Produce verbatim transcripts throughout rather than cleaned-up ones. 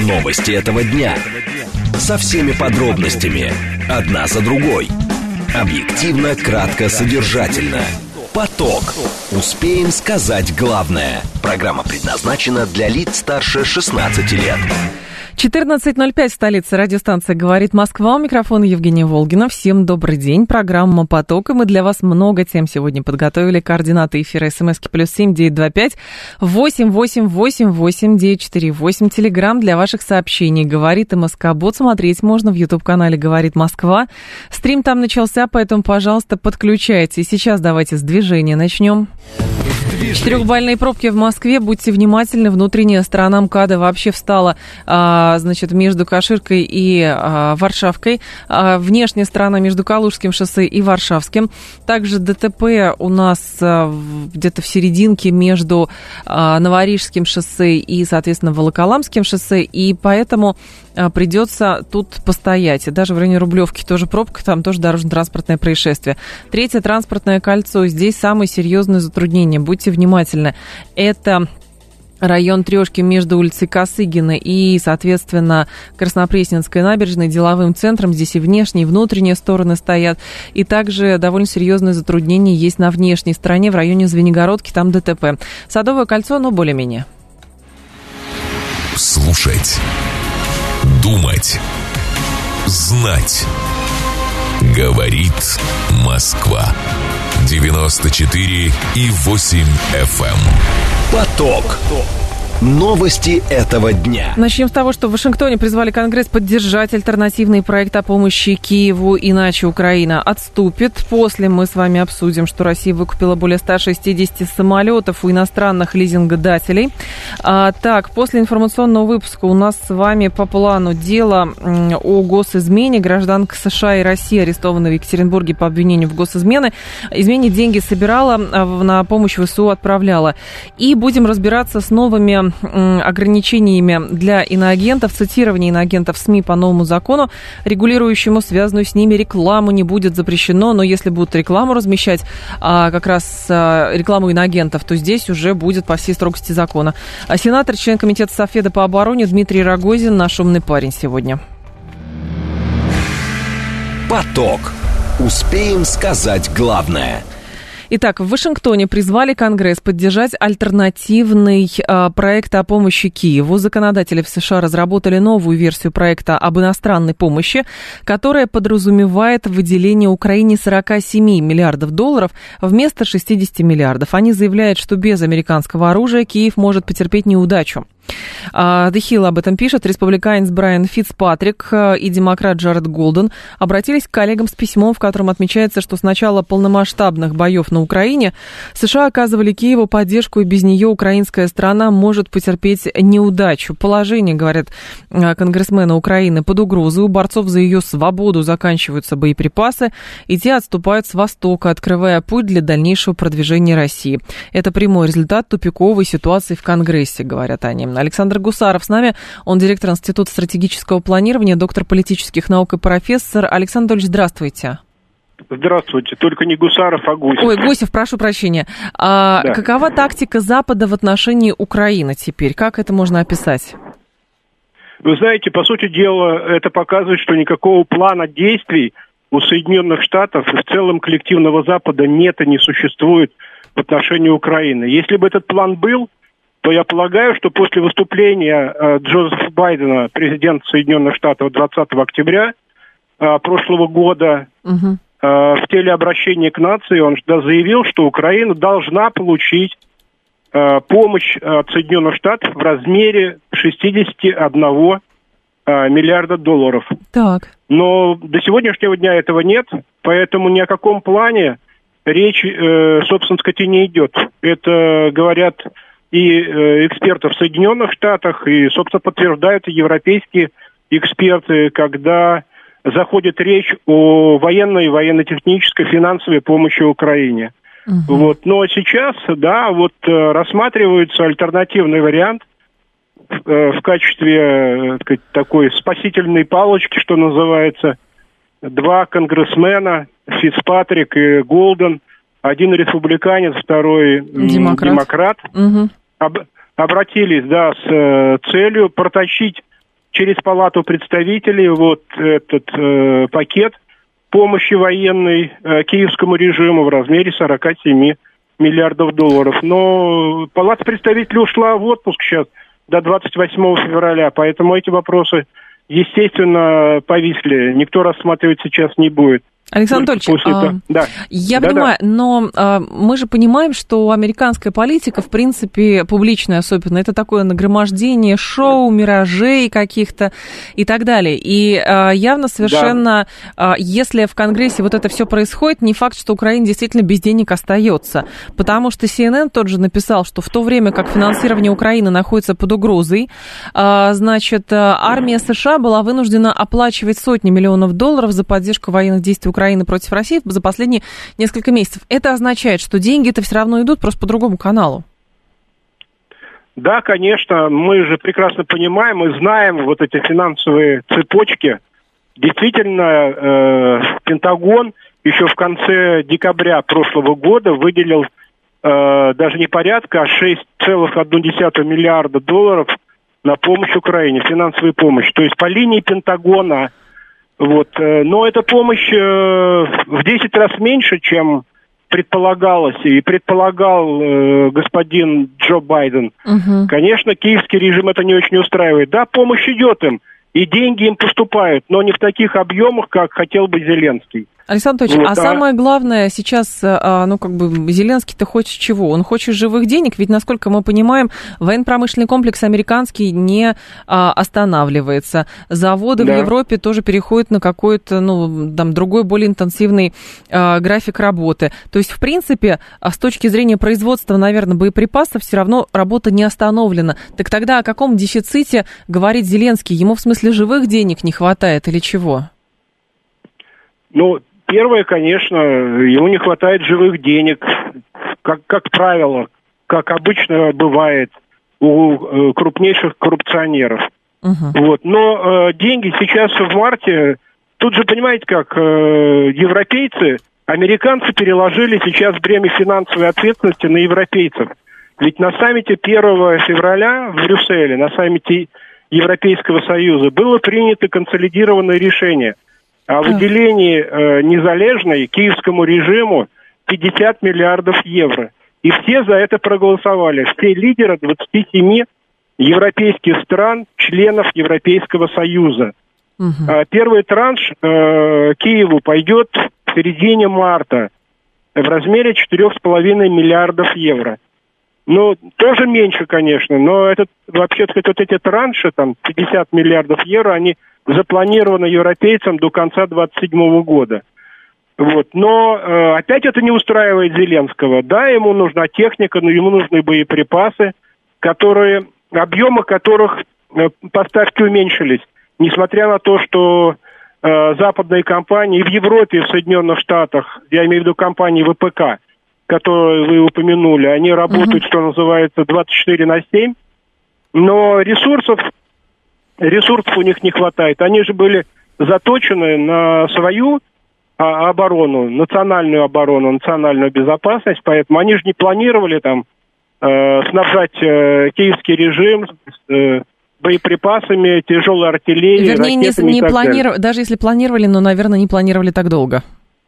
Новости этого дня. Со всеми подробностями. Одна за другой. Объективно, кратко, содержательно. Поток. Успеем сказать главное. Программа предназначена для лиц старше шестнадцати лет. четырнадцать ноль пять в столице. Радиостанция «Говорит Москва». У микрофона Евгения Волгина. Всем добрый день. Программа «Поток». И мы для вас много тем сегодня подготовили. Координаты эфира. СМСки плюс семь девять два пять восемь восемь восемь восемь девять четыре восемь. Телеграм для ваших сообщений. «Говорит МСК-бот». Смотреть можно в YouTube-канале «Говорит Москва». Стрим там начался, поэтому, пожалуйста, подключайтесь. Сейчас давайте с движения начнем. Четырехбальные пробки в Москве. Будьте внимательны. Внутренняя сторона МКАДа вообще встала, а, значит, между Каширкой и а, Варшавкой. А, внешняя сторона между Калужским шоссе и Варшавским. Также ДТП у нас а, где-то в серединке между а, Новорижским шоссе и, соответственно, Волоколамским шоссе. И поэтому а, придется тут постоять. И даже в районе Рублевки тоже пробка, там тоже дорожно-транспортное происшествие. Третье транспортное кольцо. Здесь самые серьезные затруднения. Будьте внимательны. Это район Трешки между улицей Косыгина и, соответственно, Краснопресненской набережной, деловым центром. Здесь и внешние, и внутренние стороны стоят. И также довольно серьезные затруднения есть на внешней стороне, в районе Звенигородки, там ДТП. Садовое кольцо, но более-менее. Слушать. Думать. Знать. Говорит Москва. девяносто четыре и восемь эф эм. Поток. Новости этого дня. Начнем с того, что в Вашингтоне призвали Конгресс поддержать альтернативный проект о помощи Киеву, иначе Украина отступит. После мы с вами обсудим, что Россия выкупила более ста шестидесяти самолетов у иностранных лизингодателей. А, так, после информационного выпуска у нас с вами по плану дело о госизмене. Гражданка США и России, арестована в Екатеринбурге по обвинению в госизмене. Измене деньги собирала, на помощь ВСУ отправляла. И будем разбираться с новыми ограничениями для иноагентов. Цитирование иноагентов СМИ по новому закону, регулирующему связанную с ними рекламу, не будет запрещено, но если будут рекламу размещать, а, как раз а, рекламу иноагентов, то здесь уже будет по всей строгости закона. А сенатор, член комитета Софеда по обороне Дмитрий Рогозин, наш умный парень сегодня. Поток. Успеем сказать главное. Итак, в Вашингтоне призвали Конгресс поддержать альтернативный э, проект о помощи Киеву. Законодатели в США разработали новую версию проекта об иностранной помощи, которая подразумевает выделение Украине сорок семь миллиардов долларов вместо шестидесяти миллиардов. Они заявляют, что без американского оружия Киев может потерпеть неудачу. The Hill об этом пишет. Республиканец Брайан Фицпатрик и демократ Джаред Голден обратились к коллегам с письмом, в котором отмечается, что с начала полномасштабных боев на Украине США оказывали Киеву поддержку, и без нее украинская страна может потерпеть неудачу. Положение, говорят конгрессмены Украины, под угрозой. У борцов за ее свободу заканчиваются боеприпасы, и те отступают с востока, открывая путь для дальнейшего продвижения России. Это прямой результат тупиковой ситуации в Конгрессе, говорят они. Александр Гусаров с нами, он директор Института стратегического планирования, доктор политических наук и профессор. Александр Анатольевич, здравствуйте. Здравствуйте, только не Гусаров, а Гусев. Ой, Гусев, прошу прощения. А да. Какова тактика Запада в отношении Украины теперь? Как это можно описать? Вы знаете, по сути дела, это показывает, что никакого плана действий у Соединенных Штатов и в целом коллективного Запада нет и не существует в отношении Украины. Если бы этот план был, то я полагаю, что после выступления э, Джозефа Байдена, президента Соединенных Штатов, двадцатого октября э, прошлого года, угу. э, в телеобращении к нации он да, заявил, что Украина должна получить э, помощь от Соединенных Штатов в размере шестидесяти одного э, миллиарда долларов. Так. Но до сегодняшнего дня этого нет, поэтому ни о каком плане речь, э, собственно сказать, и не идет. Это говорят и э, эксперты в Соединенных Штатах, и, собственно, подтверждают и европейские эксперты, когда заходит речь о военной, военно-технической, финансовой помощи Украине. Угу. Вот. Но сейчас, да, вот э, рассматривается альтернативный вариант э, в качестве э, так сказать, такой спасительной палочки, что называется. Два конгрессмена, Фицпатрик и Голден, один республиканец, второй демократ, демократ угу. об, обратились, да, с э, целью протащить через Палату представителей вот этот э, пакет помощи военной э, киевскому режиму в размере сорок семь миллиардов долларов. Но Палата представителей ушла в отпуск сейчас до двадцать восьмого февраля, поэтому эти вопросы, естественно, повисли. Никто рассматривать сейчас не будет. Александр Анатольевич, а, да. я да, понимаю, да. но а, мы же понимаем, что американская политика, в принципе, публичная особенно, это такое нагромождение шоу, миражей каких-то и так далее. И а, явно совершенно, да. а, если в Конгрессе вот это все происходит, не факт, что Украина действительно без денег остается. Потому что си эн эн тот же написал, что в то время как финансирование Украины находится под угрозой, а, значит, армия США была вынуждена оплачивать сотни миллионов долларов за поддержку военных действий Украины против России за последние несколько месяцев. Это означает, что деньги-то все равно идут просто по другому каналу. Да, конечно, мы же прекрасно понимаем и знаем вот эти финансовые цепочки. Действительно, э, Пентагон еще в конце декабря прошлого года выделил э, даже не порядка, а шесть целых одна десятая миллиарда долларов на помощь Украине, финансовую помощь. То есть по линии Пентагона. Вот. Но эта помощь в десять раз меньше, чем предполагалось, и предполагал э, господин Джо Байден. Угу. Конечно, киевский режим это не очень устраивает. Да, помощь идет им, и деньги им поступают, но не в таких объемах, как хотел бы Зеленский. Александр Анатольевич, вот, а, а самое главное сейчас, ну, как бы, Зеленский-то хочет чего? Он хочет живых денег, ведь, насколько мы понимаем, военно-промышленный комплекс американский не а, останавливается. Заводы да. в Европе тоже переходят на какой-то, ну, там, другой, более интенсивный а, график работы. То есть, в принципе, с точки зрения производства, наверное, боеприпасов, все равно работа не остановлена. Так тогда о каком дефиците говорит Зеленский? Ему, в смысле, живых денег не хватает или чего? Ну, первое, конечно, ему не хватает живых денег, как, как правило, как обычно бывает у э, крупнейших коррупционеров. Uh-huh. Вот. Но э, деньги сейчас в марте, тут же, понимаете, как э, европейцы, американцы переложили сейчас бремя финансовой ответственности на европейцев. Ведь на саммите первого февраля в Брюсселе, на саммите Европейского Союза, было принято консолидированное решение о выделении э, незалежной киевскому режиму пятьдесят миллиардов евро. И все за это проголосовали. Все лидеры двадцати семи европейских стран, членов Европейского Союза. Угу. А первый транш э, Киеву пойдет в середине марта в размере четыре с половиной миллиардов евро. Ну, тоже меньше, конечно, но этот, вообще-то вот эти транши, там, пятьдесят миллиардов евро, они запланировано европейцам до конца двадцать седьмого года. Вот. Но э, опять это не устраивает Зеленского. Да, ему нужна техника, но ему нужны боеприпасы, которые, объемы которых э, поставки уменьшились. Несмотря на то, что э, западные компании и в Европе, и в Соединенных Штатах, я имею в виду компании вэ пэ ка, которые вы упомянули, они работают, uh-huh. что называется, двадцать четыре на семь, но ресурсов Ресурсов у них не хватает. Они же были заточены на свою а, оборону, национальную оборону, национальную безопасность, поэтому они же не планировали там э, снабжать э, киевский режим э, боеприпасами, тяжелой артиллерией, Вернее, ракетами не, не и так планиров... далее. Даже если планировали, но, наверное, не планировали так долго.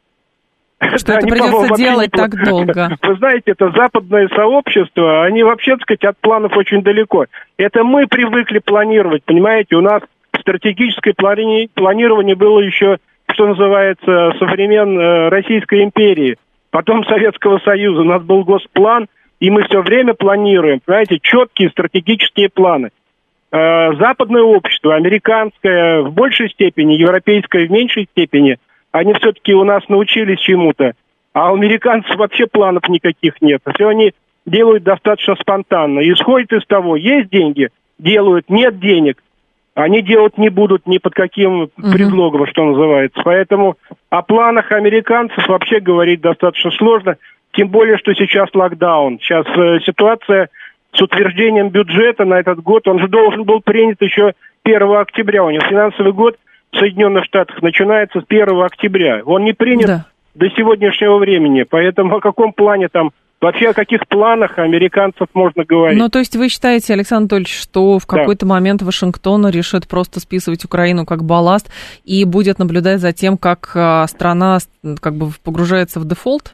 Что это придется делать так долго. Вы знаете, это западное сообщество, они вообще, так сказать, от планов очень далеко. Это мы привыкли планировать, понимаете, у нас стратегическое плани... планирование было еще, что называется, со времен Российской империи, потом Советского Союза. У нас был госплан, и мы все время планируем, понимаете, четкие стратегические планы. Западное общество, американское в большей степени, европейское в меньшей степени, они все-таки у нас научились чему-то, а у американцев вообще планов никаких нет. Все они делают достаточно спонтанно. Исходит из того, есть деньги, делают, нет денег, они делать не будут ни под каким uh-huh. предлогом, что называется. Поэтому о планах американцев вообще говорить достаточно сложно, тем более, что сейчас локдаун. Сейчас э, ситуация с утверждением бюджета на этот год, он же должен был принят еще первого октября. У него финансовый год в Соединенных Штатах начинается с первого октября. Он не принят да. до сегодняшнего времени. Поэтому о каком плане там Вообще, о каких планах американцев можно говорить? Ну, то есть вы считаете, Александр Анатольевич, что в какой-то да. момент Вашингтон решит просто списывать Украину как балласт и будет наблюдать за тем, как страна как бы погружается в дефолт?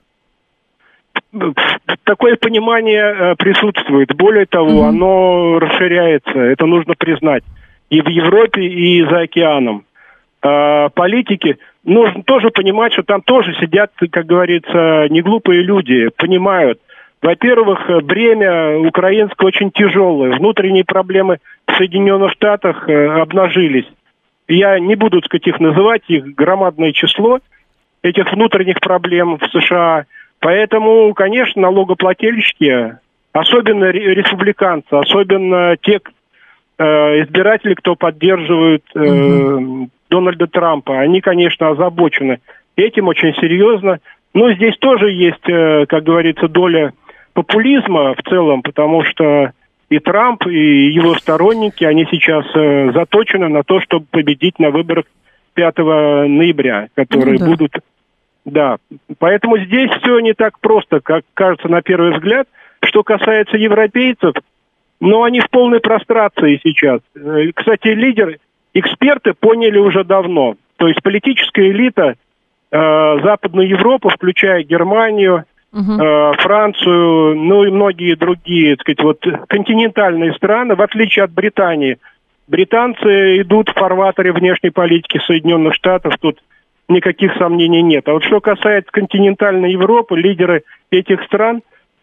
Такое понимание присутствует. Более того, угу. оно расширяется. Это нужно признать. И в Европе, и за океаном. Политики, нужно тоже понимать, что там тоже сидят, как говорится, неглупые люди, понимают. Во-первых, бремя украинское очень тяжелое, внутренние проблемы в Соединенных Штатах обнажились. Я не буду, так сказать, их называть, их громадное число, этих внутренних проблем в США. Поэтому, конечно, налогоплательщики, особенно республиканцы, особенно те избиратели, кто поддерживает э, Дональда Трампа, они, конечно, озабочены этим очень серьезно. Но здесь тоже есть, э, как говорится, доля популизма в целом, потому что и Трамп, и его сторонники, они сейчас э, заточены на то, чтобы победить на выборах пятого ноября, которые ну, да. будут... Да, поэтому здесь все не так просто, как кажется на первый взгляд. Что касается европейцев, но они в полной прострации сейчас. Кстати, лидеры, эксперты поняли уже давно. То есть политическая элита э, Западной Европы, включая Германию, uh-huh. э, Францию, ну и многие другие, так сказать, вот континентальные страны, в отличие от Британии. Британцы идут в фарватере внешней политики Соединенных Штатов, тут никаких сомнений нет. А вот что касается континентальной Европы, лидеры этих стран,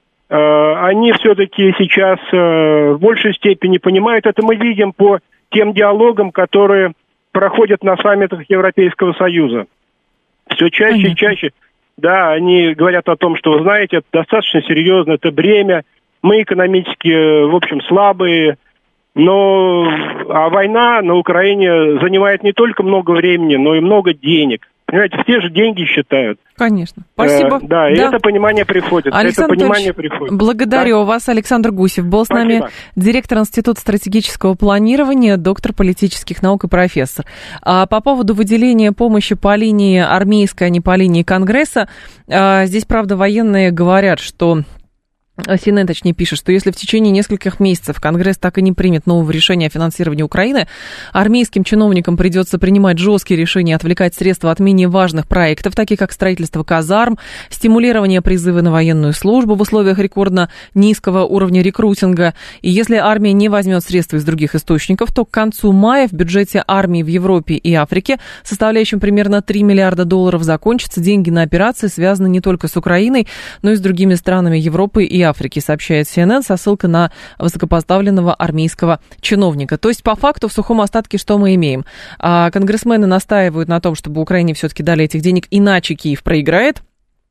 они все-таки сейчас в большей степени понимают, это мы видим по тем диалогам, которые проходят на саммитах Европейского Союза. Все чаще Понятно. и чаще, да, они говорят о том, что, вы знаете, это достаточно серьезно, это бремя, мы экономически, в общем, слабые, но а война на Украине занимает не только много времени, но и много денег. Понимаете, все же деньги считают. Конечно. Спасибо. Э, да, и да. это понимание приходит. Александр это понимание приходит. Благодарю да? вас. Александр Гусев был Спасибо. с нами, директор Института стратегического планирования, доктор политических наук и профессор. А по поводу выделения помощи по линии армейской, а не по линии Конгресса, а, здесь, правда, военные говорят, что... си эн эн, точнее, пишет, что если в течение нескольких месяцев Конгресс так и не примет нового решения о финансировании Украины, армейским чиновникам придется принимать жесткие решения, отвлекать средства от менее важных проектов, таких как строительство казарм, стимулирование призыва на военную службу в условиях рекордно низкого уровня рекрутинга. И если армия не возьмет средства из других источников, то к концу мая в бюджете армии в Европе и Африке, составляющем примерно три миллиарда долларов, закончатся. Деньги на операции связаны не только с Украиной, но и с другими странами Европы и Африки, сообщает си эн эн со ссылкой на высокопоставленного армейского чиновника. То есть, по факту, в сухом остатке что мы имеем? Конгрессмены настаивают на том, чтобы Украине все-таки дали этих денег, иначе Киев проиграет.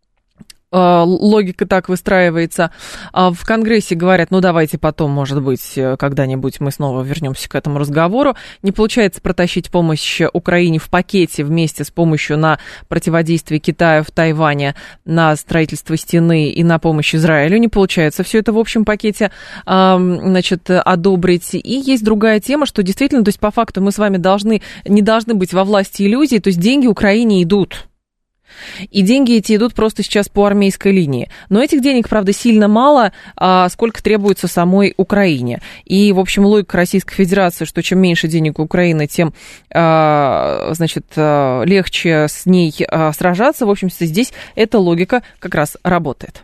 Логика так выстраивается. В Конгрессе говорят, ну давайте потом, может быть, когда-нибудь мы снова вернемся к этому разговору. Не получается протащить помощь Украине в пакете вместе с помощью на противодействие Китаю в Тайване, на строительство стены и на помощь Израилю. Не получается все это в общем пакете, значит, одобрить. И есть другая тема, что действительно, то есть по факту мы с вами должны, не должны быть во власти иллюзий, то есть деньги Украине идут. И деньги эти идут просто сейчас по армейской линии. Но этих денег, правда, сильно мало, а сколько требуется самой Украине. И, в общем, логика Российской Федерации, что чем меньше денег у Украины, тем, а, значит, а, легче с ней а, сражаться. В общем, здесь эта логика как раз работает.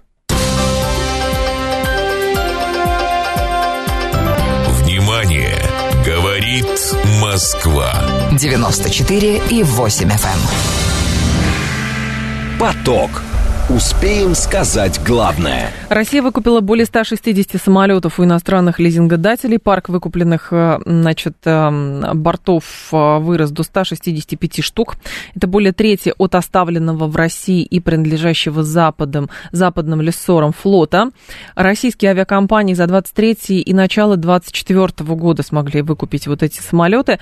Внимание! Говорит Москва. девяносто четыре и восемь эф эм. Поток. Успеем сказать главное. Россия выкупила более ста шестидесяти самолетов у иностранных лизингодателей. Парк выкупленных, значит, бортов вырос до ста шестидесяти пяти штук. Это более трети от оставленного в России и принадлежащего западным, западным лессорам флота. Российские авиакомпании за двадцать третий и начало двадцать четвёртого года смогли выкупить вот эти самолеты.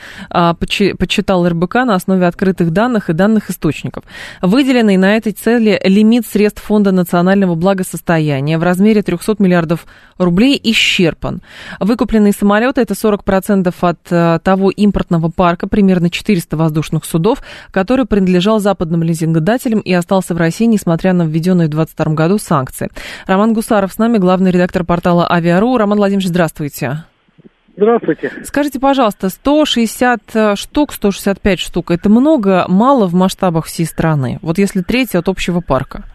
Подсчитал эр бэ ка на основе открытых данных и данных источников. Выделенный на этой цели лимит средств Фонда национального благосостояния в размере триста миллиардов рублей исчерпан. Выкупленные самолеты – это сорок процентов от а, того импортного парка, примерно четыреста воздушных судов, который принадлежал западным лизингодателям и остался в России, несмотря на введенные в двадцать втором году санкции. Роман Гусаров с нами, главный редактор портала Авиа.ру. Роман Владимирович, здравствуйте. Здравствуйте. Скажите, пожалуйста, сто шестьдесят штук, сто шестьдесят пять штук, это много, мало в масштабах всей страны? Вот если треть от общего парка.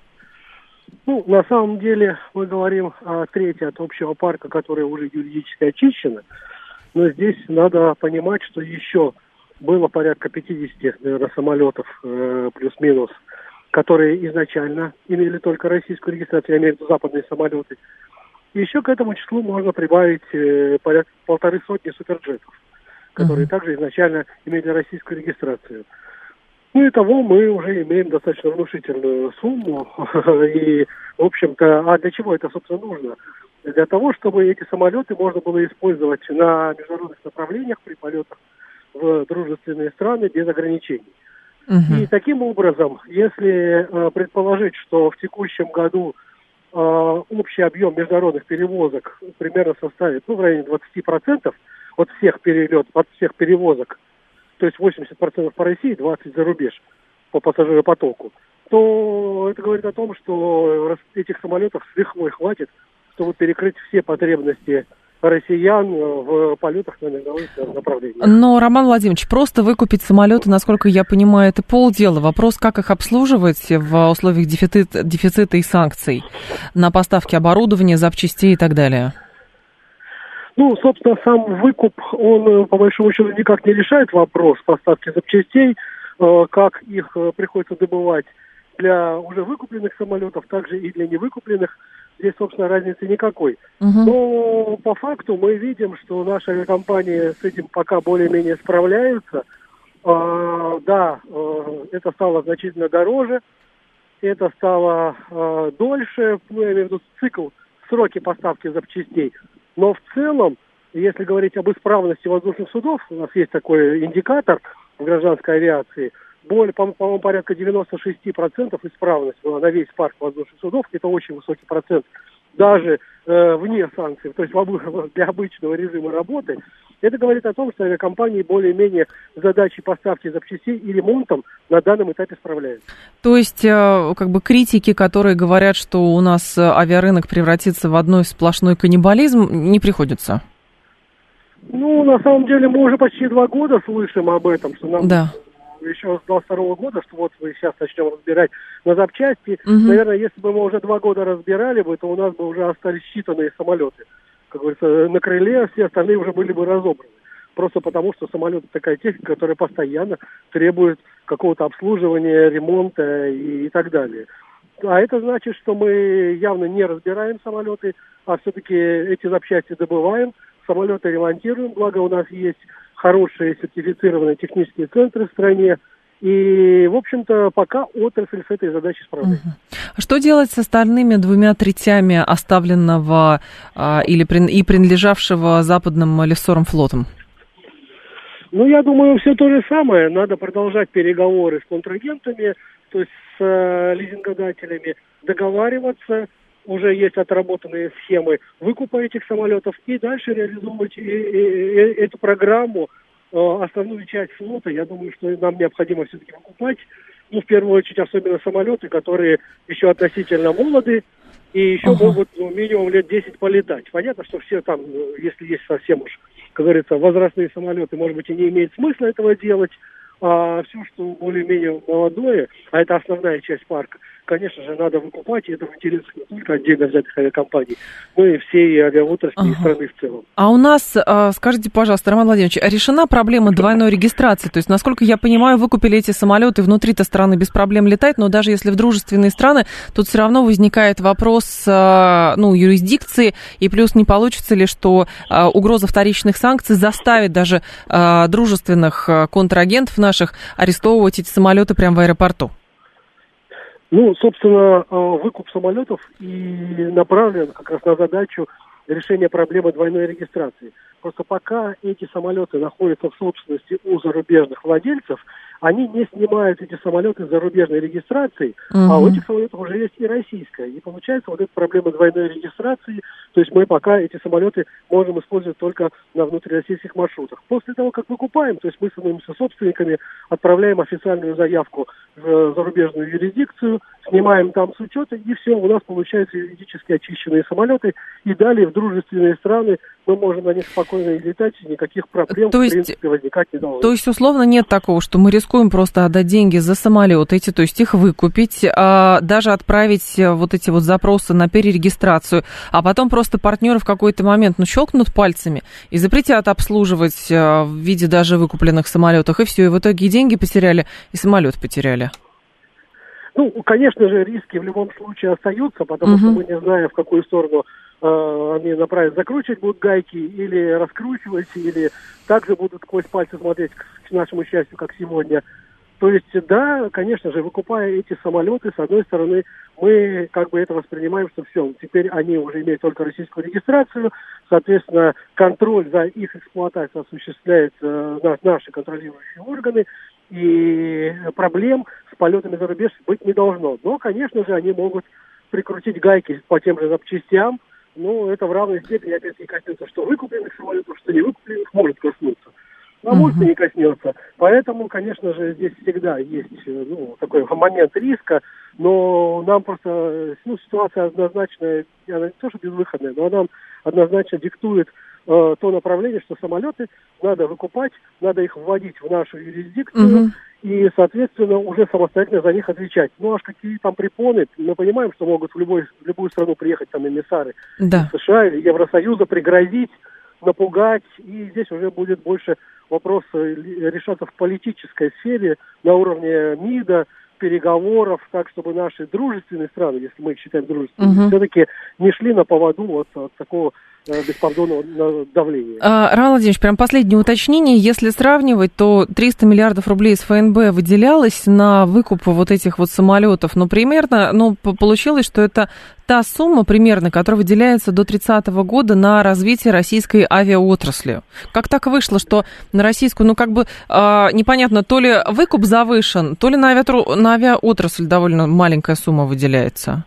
Ну, на самом деле мы говорим о трети от общего парка, которая уже юридически очищена. Но здесь надо понимать, что еще было порядка пятьдесят, наверное, самолетов э, плюс-минус, которые изначально имели только российскую регистрацию, я имею в виду западные самолеты. И еще к этому числу можно прибавить э, порядка полторы сотни суперджетов, которые uh-huh. также изначально имели российскую регистрацию. Ну и того мы уже имеем достаточно внушительную сумму. И, в общем-то, а для чего это, собственно, нужно? Для того, чтобы эти самолеты можно было использовать на международных направлениях при полетах в дружественные страны без ограничений. Uh-huh. И таким образом, если э, предположить, что в текущем году общий объем международных перевозок примерно составит, ну, в районе двадцать процентов от всех перелетов, от всех перевозок, то есть восемьдесят процентов по России, двадцать процентов за рубеж по пассажиропотоку, то это говорит о том, что этих самолетов с лихвой хватит, чтобы перекрыть все потребности россиян в полетах на международных направлениях. Но, Роман Владимирович, просто выкупить самолеты, насколько я понимаю, это полдела. Вопрос, как их обслуживать в условиях дефицита, дефицита и санкций на поставки оборудования, запчастей и так далее. Ну, собственно, сам выкуп, он, по большому счету, никак не решает вопрос поставки запчастей, как их приходится добывать для уже выкупленных самолетов, также и для невыкупленных. Здесь, собственно, разницы никакой. Uh-huh. Но по факту мы видим, что наши авиакомпании с этим пока более-менее справляются. А, да, это стало значительно дороже, это стало а, дольше, ну, я имею в виду цикл, сроки поставки запчастей. Но в целом, если говорить об исправности воздушных судов, у нас есть такой индикатор в гражданской авиации, более, по-моему, порядка девяносто шесть процентов исправность была на весь парк воздушных судов. Это очень высокий процент, даже э, вне санкций, то есть для обычного режима работы. Это говорит о том, что авиакомпании более-менее с задачей поставки запчастей и ремонтом на данном этапе справляются. То есть, э, как бы критики, которые говорят, что у нас авиарынок превратится в одной сплошной каннибализм, не приходится? Ну, на самом деле, мы уже почти два года слышим об этом, что нам... Да. Еще с двадцать второго года, что вот мы сейчас начнем разбирать на запчасти. Угу. Наверное, если бы мы уже два года разбирали бы, то у нас бы уже остались считанные самолеты. Как говорится, на крыле, все остальные уже были бы разобраны. Просто потому, что самолет — такая техника, которая постоянно требует какого-то обслуживания, ремонта и, и так далее. А это значит, что мы явно не разбираем самолеты, а все-таки эти запчасти добываем, самолеты ремонтируем, благо у нас есть хорошие сертифицированные технические центры в стране. И, в общем-то, пока отрасль с этой задачей справляется. Uh-huh. Что делать с остальными двумя третями оставленного а, или и принадлежавшего западным лессором флотом? Ну, я думаю, все то же самое. Надо продолжать переговоры с контрагентами, то есть с э, лизингодателями, договариваться. Уже есть отработанные схемы выкупа этих самолетов и дальше реализовывать и, и, и, эту программу, э, основную часть флота. Я думаю, что нам необходимо все-таки выкупать, ну, в первую очередь, особенно самолеты, которые еще относительно молоды и еще uh-huh. могут, ну, минимум лет десять полетать. Понятно, что все там, если есть совсем уж, как говорится, возрастные самолеты, может быть, и не имеет смысла этого делать, а все, что более-менее молодое, а это основная часть парка, конечно же, надо выкупать, и это в интересах не только отдельно взятых авиакомпаний, но и всей авиаотрасли ага. и страны в целом. А у нас, скажите, пожалуйста, Роман Владимирович, решена проблема двойной регистрации? То есть, насколько я понимаю, выкупили эти самолеты внутри-то страны, без проблем летать, но даже если в дружественные страны, тут все равно возникает вопрос, ну, юрисдикции, и плюс не получится ли, что угроза вторичных санкций заставит даже дружественных контрагентов наших арестовывать эти самолеты прямо в аэропорту? Ну, собственно, выкуп самолетов и направлен как раз на задачу решения проблемы двойной регистрации. Просто пока эти самолеты находятся в собственности у зарубежных владельцев, они не снимают эти самолеты с зарубежной регистрацией, uh-huh. а у этих самолетов уже есть и российская. И получается вот эта проблема двойной регистрации, то есть мы пока эти самолеты можем использовать только на внутрироссийских маршрутах. После того, как выкупаем, то есть мы становимся собственниками, отправляем официальную заявку в зарубежную юрисдикцию, снимаем там с учета, и все, у нас получаются юридически очищенные самолеты, и далее в дружественные страны мы можем на них спокойно летать, и никаких проблем, то есть, в принципе, возникать не должно. То есть, условно, нет такого, что мы рискуем просто отдать деньги за самолеты эти, то есть их выкупить, а даже отправить вот эти вот запросы на перерегистрацию, а потом просто партнеры в какой-то момент, ну, щелкнут пальцами и запретят обслуживать в виде даже выкупленных самолетов, и все, и в итоге и деньги потеряли, и самолет потеряли. Ну, конечно же, риски в любом случае остаются, потому uh-huh. что мы не знаем, в какую сторону э, они направят. Закручивать будут гайки или раскручивать, или также будут сквозь пальцы смотреть, к, к нашему счастью, как сегодня. То есть, да, конечно же, выкупая эти самолеты, с одной стороны, мы как бы это воспринимаем, что все, теперь они уже имеют только российскую регистрацию, соответственно, контроль за их эксплуатацией осуществляют э, наши контролирующие органы, и проблем с полетами за рубеж быть не должно. Но, конечно же, они могут прикрутить гайки по тем же запчастям, но это в равной степени, опять-таки, коснется что выкупленных самолетов, что не выкупленных, может коснуться. А может и не коснется. Поэтому, конечно же, здесь всегда есть ну, такой момент риска, но нам просто ну, ситуация однозначно, она не то что безвыходная, но она однозначно диктует э, то направление, что самолеты надо выкупать, надо их вводить в нашу юрисдикцию угу. и, соответственно, уже самостоятельно за них отвечать. Ну, аж какие там препоны, мы понимаем, что могут в, любой, в любую страну приехать там эмиссары да. из США или Евросоюза, пригрозить, напугать, и здесь уже будет больше вопросы решаться в политической сфере на уровне МИДа, переговоров, так, чтобы наши дружественные страны, если мы их считаем дружественными, угу. все-таки не шли на поводу вот от такого беспардонного давления. А, Роман Владимирович, прям последнее уточнение. Если сравнивать, то триста миллиардов рублей из ФНБ выделялось на выкуп вот этих вот самолетов, но примерно, ну, получилось, что это та сумма примерно, которая выделяется до тридцатого года на развитие российской авиаотрасли. Как так вышло, что на российскую, ну, как бы а, непонятно, то ли выкуп завышен, то ли на, авиатру, на авиаотрасль довольно маленькая сумма выделяется?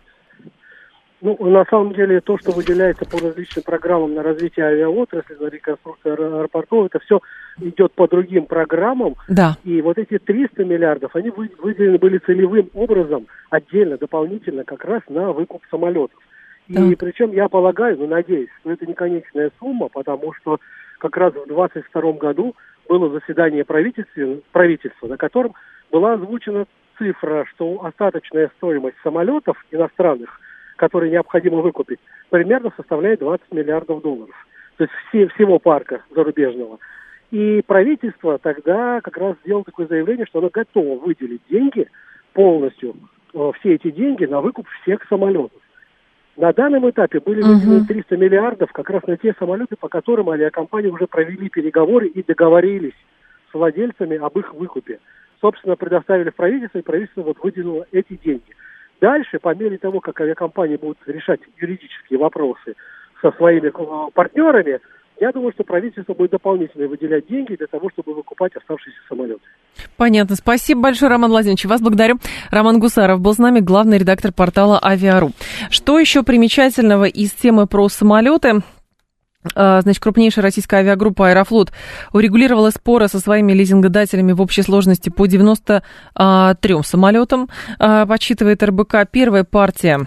Ну, на самом деле, то, что выделяется по различным программам на развитие авиаотрасли, на реконструкцию аэропортов, это все идет по другим программам. Да. И вот эти триста миллиардов, они выделены были целевым образом, отдельно, дополнительно, как раз на выкуп самолетов. И да. причем я полагаю, ну, надеюсь, что это не конечная сумма, потому что как раз в двадцать втором году было заседание правительства, правительства, на котором была озвучена цифра, что остаточная стоимость самолетов иностранных, которые необходимо выкупить, примерно составляет двадцать миллиардов долларов. То есть все, всего парка зарубежного. И правительство тогда как раз сделало такое заявление, что оно готово выделить деньги, полностью э, все эти деньги на выкуп всех самолетов. На данном этапе были выделены триста миллиардов как раз на те самолеты, по которым авиакомпании уже провели переговоры и договорились с владельцами об их выкупе. Собственно, предоставили в правительство, и правительство вот выделило эти деньги. Дальше, по мере того, как авиакомпании будут решать юридические вопросы со своими партнерами, я думаю, что правительство будет дополнительно выделять деньги для того, чтобы выкупать оставшиеся самолеты. Понятно. Спасибо большое, Роман Владимирович. Вас благодарю. Роман Гусаров был с нами, главный редактор портала Авиару. Что еще примечательного из темы про самолеты? Значит, крупнейшая российская авиагруппа «Аэрофлот» урегулировала споры со своими лизингодателями в общей сложности по девяноста трём самолетам, подсчитывает эр бэ ка. Первая партия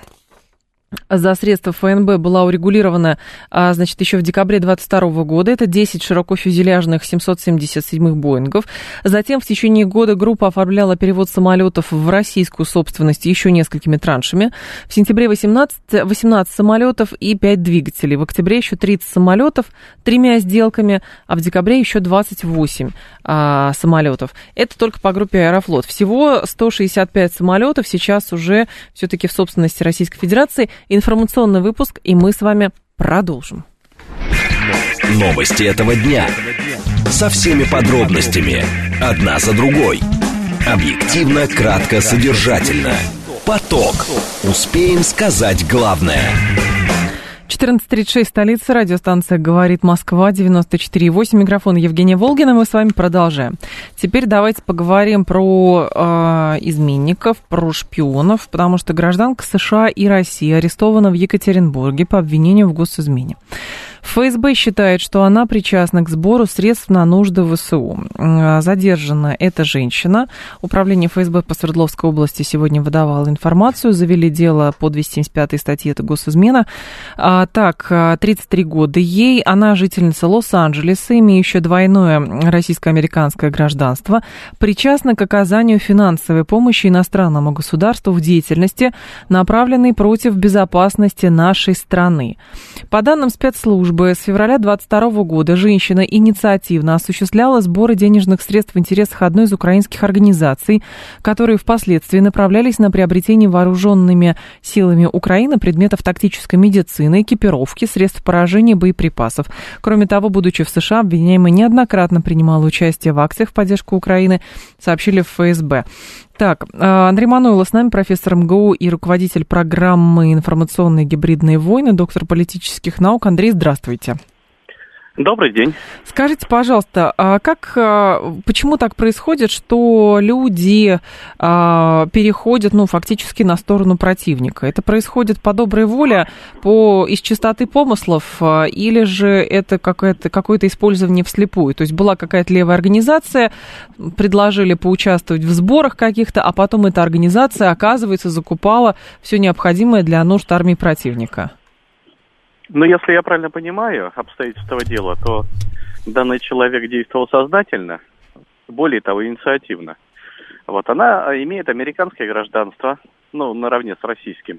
за средства ФНБ была урегулирована, значит, еще в декабре двадцать второго года. Это десять широкофюзеляжных семьсот семьдесят седьмых Боингов. Затем в течение года группа оформляла перевод самолетов в российскую собственность еще несколькими траншами. В сентябре восемнадцать, восемнадцать самолетов и пять двигателей. В октябре еще тридцать самолетов тремя сделками, а в декабре еще двадцать восемь а, самолетов. Это только по группе «Аэрофлот». Всего сто шестьдесят пять самолетов сейчас уже все-таки в собственности Российской Федерации. Информационный выпуск, и мы с вами продолжим. Новости этого дня. Со всеми подробностями. Одна за другой. Объективно, кратко, содержательно. Поток. Успеем сказать главное. четырнадцать тридцать шесть, столица, радиостанция «Говорит Москва», девяносто четыре и восемь, микрофон Евгения Волгина, мы с вами продолжаем. Теперь давайте поговорим про э, изменников, про шпионов, потому что гражданка США и России арестована в Екатеринбурге по обвинению в госизмене. ФСБ считает, что она причастна к сбору средств на нужды ВСУ. Задержана эта женщина. Управление ФСБ по Свердловской области сегодня выдавало информацию. Завели дело по двести семьдесят пятой статье, это госизмена. А, так, тридцать три года ей. Она жительница Лос-Анджелеса, имеющая двойное российско-американское гражданство. Причастна к оказанию финансовой помощи иностранному государству в деятельности, направленной против безопасности нашей страны. По данным спецслужб, с февраля двадцать второго года женщина инициативно осуществляла сборы денежных средств в интересах одной из украинских организаций, которые впоследствии направлялись на приобретение вооруженными силами Украины предметов тактической медицины, экипировки, средств поражения, боеприпасов. Кроме того, будучи в США, обвиняемая неоднократно принимала участие в акциях в поддержку Украины, сообщили в ФСБ. Так, Андрей Мануйлов с нами, профессор эм гэ у и руководитель программы «Информационные гибридные войны», доктор политических наук. Андрей, здравствуйте. Добрый день. Скажите, пожалуйста, а как, почему так происходит, что люди переходят, ну, фактически на сторону противника? Это происходит по доброй воле, по, из чистоты помыслов, или же это какое-то, какое-то использование вслепую? То есть была какая-то левая организация, предложили поучаствовать в сборах каких-то, а потом эта организация, оказывается, закупала все необходимое для нужд армии противника? Ну, если я правильно понимаю обстоятельства дела, то данный человек действовал сознательно, более того, инициативно. Вот, она имеет американское гражданство, ну, наравне с российским.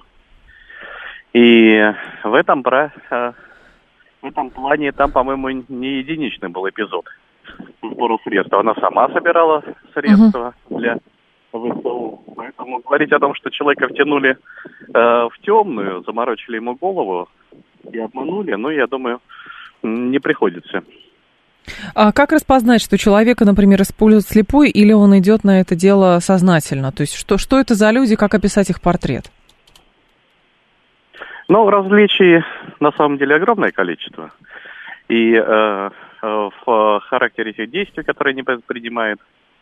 И в этом, про, в этом плане, там, по-моему, не единичный был эпизод сбора средств. Она сама собирала средства uh-huh. для ВСУ. Поэтому говорить о том, что человека втянули э, в темную, заморочили ему голову и обманули, ну, я думаю, не приходится. А как распознать, что человека, например, используют слепую, или он идет на это дело сознательно? То есть что, что это за люди, как описать их портрет? Ну, различий на самом деле огромное количество. И э, э, в характере этих действий, которые они предпринимают,